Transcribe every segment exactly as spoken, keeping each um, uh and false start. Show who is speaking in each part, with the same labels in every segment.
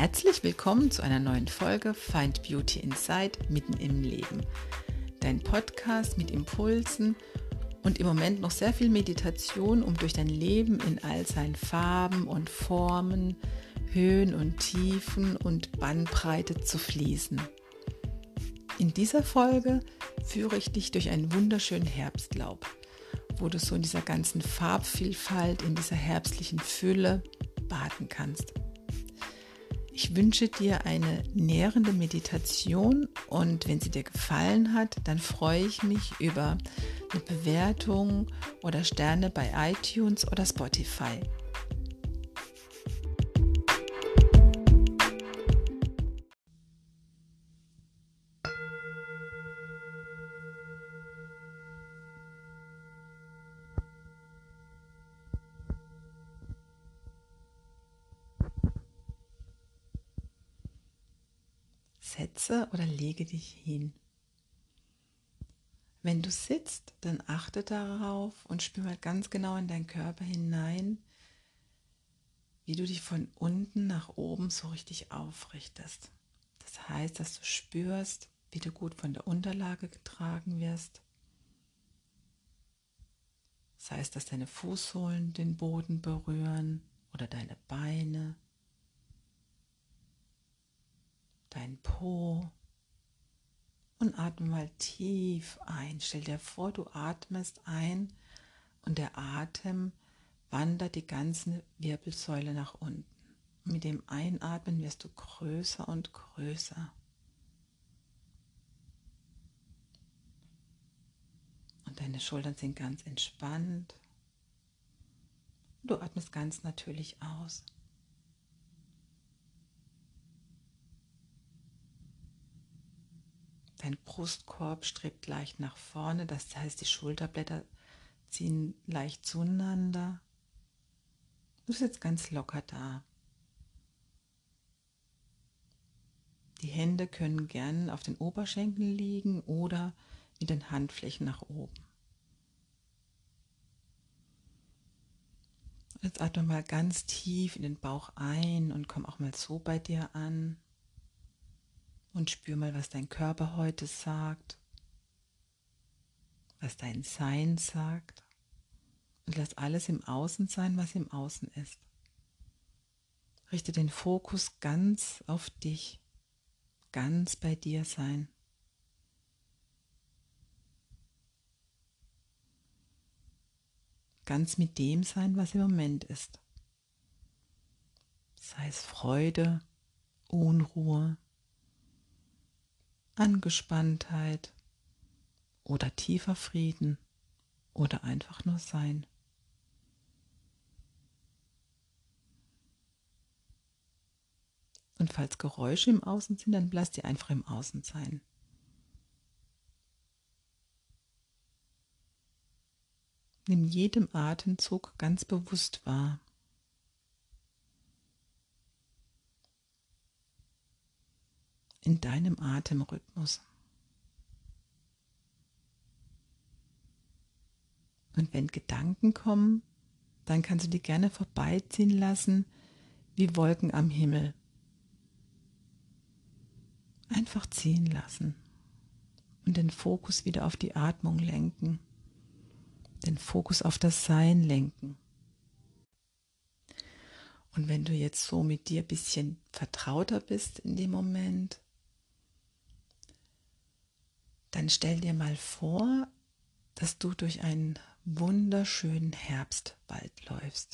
Speaker 1: Herzlich willkommen zu einer neuen Folge Find Beauty Inside mitten im Leben. Dein Podcast mit Impulsen und im Moment noch sehr viel Meditation, um durch dein Leben in all seinen Farben und Formen, Höhen und Tiefen und Bandbreite zu fließen. In dieser Folge führe ich dich durch einen wunderschönen Herbstlaub, wo du so in dieser ganzen Farbvielfalt, in dieser herbstlichen Fülle baden kannst. Ich wünsche dir eine nährende Meditation und wenn sie dir gefallen hat, dann freue ich mich über eine Bewertung oder Sterne bei iTunes oder Spotify. Setze oder lege dich hin. Wenn du sitzt, dann achte darauf und spür mal ganz genau in deinen Körper hinein, wie du dich von unten nach oben so richtig aufrichtest. Das heißt, dass du spürst, wie du gut von der Unterlage getragen wirst. Das heißt, dass deine Fußsohlen den Boden berühren oder deine Beine, dein Po. Und atme mal tief ein. Stell dir vor, du atmest ein und der Atem wandert die ganze Wirbelsäule nach unten. Und mit dem Einatmen wirst du größer und größer. Und deine Schultern sind ganz entspannt. Du atmest ganz natürlich aus. Dein Brustkorb strebt leicht nach vorne, das heißt, die Schulterblätter ziehen leicht zueinander. Du sitzt ganz locker da. Die Hände können gern auf den Oberschenkeln liegen oder mit den Handflächen nach oben. Jetzt atme mal ganz tief in den Bauch ein und komm auch mal so bei dir an. Und spür mal, was dein Körper heute sagt, was dein Sein sagt. Und lass alles im Außen sein, was im Außen ist. Richte den Fokus ganz auf dich, ganz bei dir sein. Ganz mit dem sein, was im Moment ist. Sei es Freude, Unruhe, Angespanntheit oder tiefer Frieden oder einfach nur sein. Und falls Geräusche im Außen sind, dann lass die einfach im Außen sein. Nimm jedem Atemzug ganz bewusst wahr. In deinem Atemrhythmus. Und wenn Gedanken kommen, dann kannst du die gerne vorbeiziehen lassen, wie Wolken am Himmel. Einfach ziehen lassen und den Fokus wieder auf die Atmung lenken, den Fokus auf das Sein lenken. Und wenn du jetzt so mit dir ein bisschen vertrauter bist in dem Moment, dann stell dir mal vor, dass du durch einen wunderschönen Herbstwald läufst.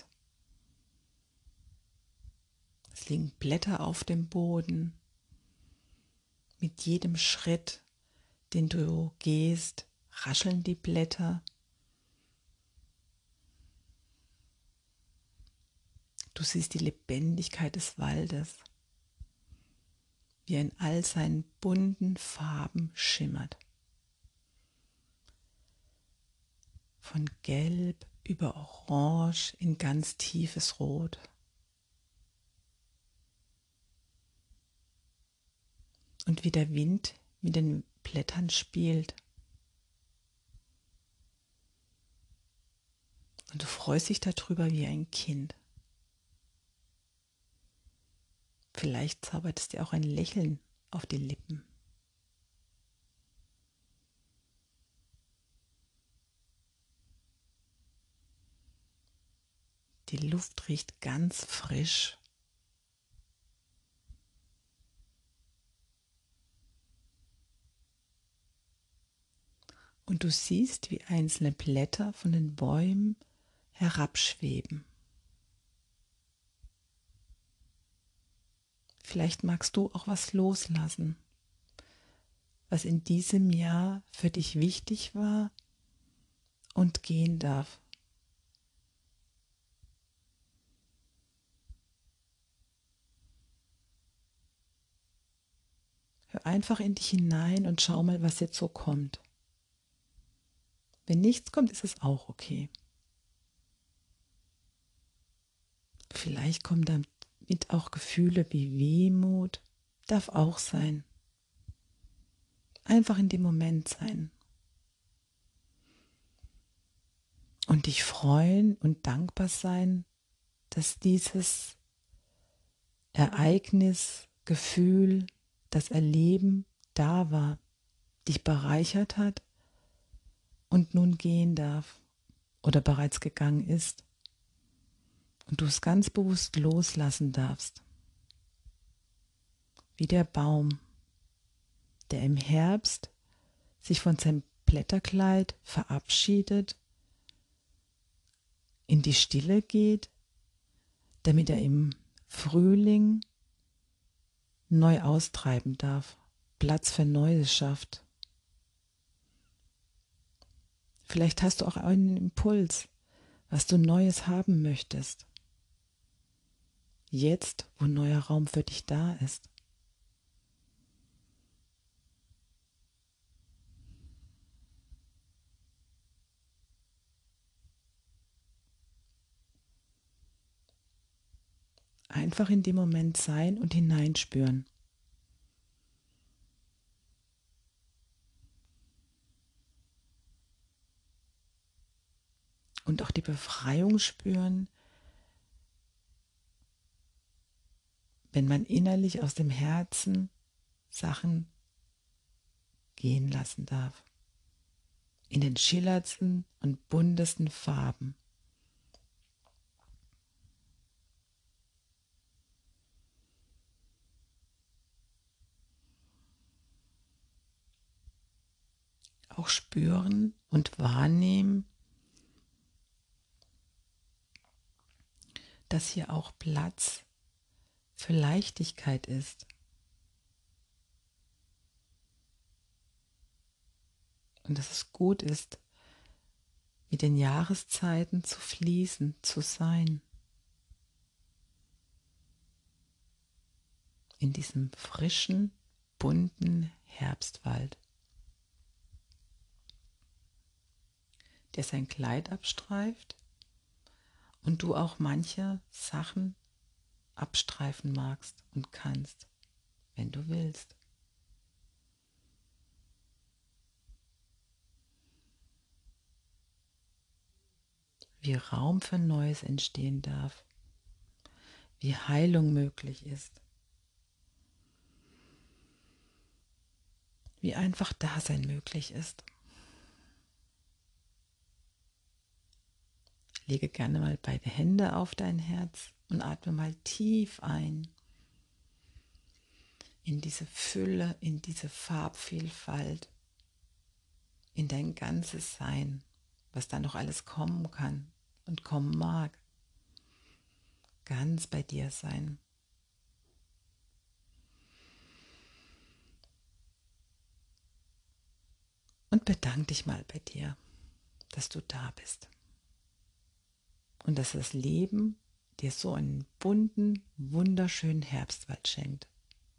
Speaker 1: Es liegen Blätter auf dem Boden. Mit jedem Schritt, den du gehst, rascheln die Blätter. Du siehst die Lebendigkeit des Waldes, wie er in all seinen bunten Farben schimmert. Von Gelb über Orange in ganz tiefes Rot. Und wie der Wind mit den Blättern spielt. Und du freust dich darüber wie ein Kind. Vielleicht zaubert es dir auch ein Lächeln auf die Lippen. Die Luft riecht ganz frisch. Und du siehst, wie einzelne Blätter von den Bäumen herabschweben. Vielleicht magst du auch was loslassen, was in diesem Jahr für dich wichtig war und gehen darf. Hör einfach in dich hinein und schau mal, was jetzt so kommt. Wenn nichts kommt, ist es auch okay. Vielleicht kommen damit auch Gefühle wie Wehmut, darf auch sein. Einfach in dem Moment sein. Und dich freuen und dankbar sein, dass dieses Ereignis, Gefühl, das Erleben da war, dich bereichert hat und nun gehen darf oder bereits gegangen ist und du es ganz bewusst loslassen darfst. Wie der Baum, der im Herbst sich von seinem Blätterkleid verabschiedet, in die Stille geht, damit er im Frühling neu austreiben darf, Platz für Neues schafft. Vielleicht hast du auch einen Impuls, was du Neues haben möchtest. Jetzt, wo neuer Raum für dich da ist. Einfach in dem Moment sein und hineinspüren. Und auch die Befreiung spüren, wenn man innerlich aus dem Herzen Sachen gehen lassen darf. In den schillerndsten und buntesten Farben. Auch spüren und wahrnehmen, dass hier auch Platz für Leichtigkeit ist. Und dass es gut ist, mit den Jahreszeiten zu fließen, zu sein. In diesem frischen, bunten Herbstwald, der sein Kleid abstreift und du auch manche Sachen abstreifen magst und kannst, wenn du willst. Wie Raum für Neues entstehen darf, wie Heilung möglich ist, wie einfach Dasein möglich ist. Lege gerne mal beide Hände auf dein Herz und atme mal tief ein in diese Fülle, in diese Farbvielfalt, in dein ganzes Sein, was da noch alles kommen kann und kommen mag. Ganz bei dir sein. Und bedank dich mal bei dir, dass du da bist. Und dass das Leben dir so einen bunten, wunderschönen Herbstwald schenkt.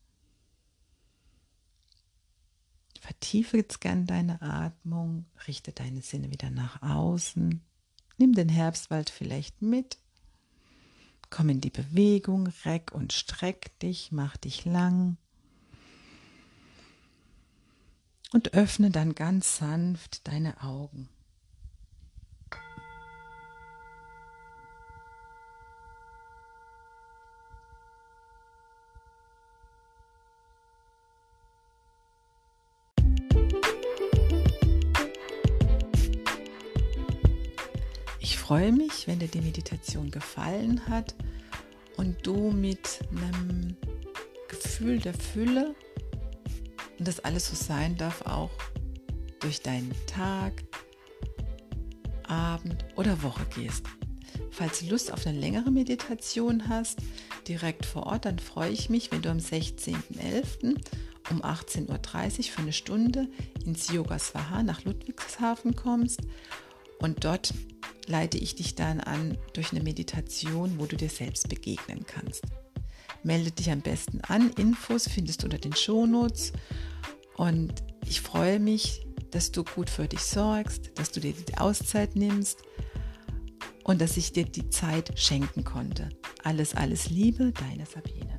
Speaker 1: Vertiefe jetzt gern deine Atmung, richte deine Sinne wieder nach außen, nimm den Herbstwald vielleicht mit, komm in die Bewegung, reck und streck dich, mach dich lang und öffne dann ganz sanft deine Augen. freue mich, wenn dir die Meditation gefallen hat und du mit einem Gefühl der Fülle, und das alles so sein darf, auch durch deinen Tag, Abend oder Woche gehst. Falls du Lust auf eine längere Meditation hast, direkt vor Ort, dann freue ich mich, wenn du am sechzehnten elften um achtzehn Uhr dreißig für eine Stunde ins Yoga Swaha nach Ludwigshafen kommst, und dort leite ich dich dann an durch eine Meditation, wo du dir selbst begegnen kannst. Melde dich am besten an, Infos findest du unter den Shownotes, und ich freue mich, dass du gut für dich sorgst, dass du dir die Auszeit nimmst und dass ich dir die Zeit schenken konnte. Alles, alles Liebe, deine Sabine.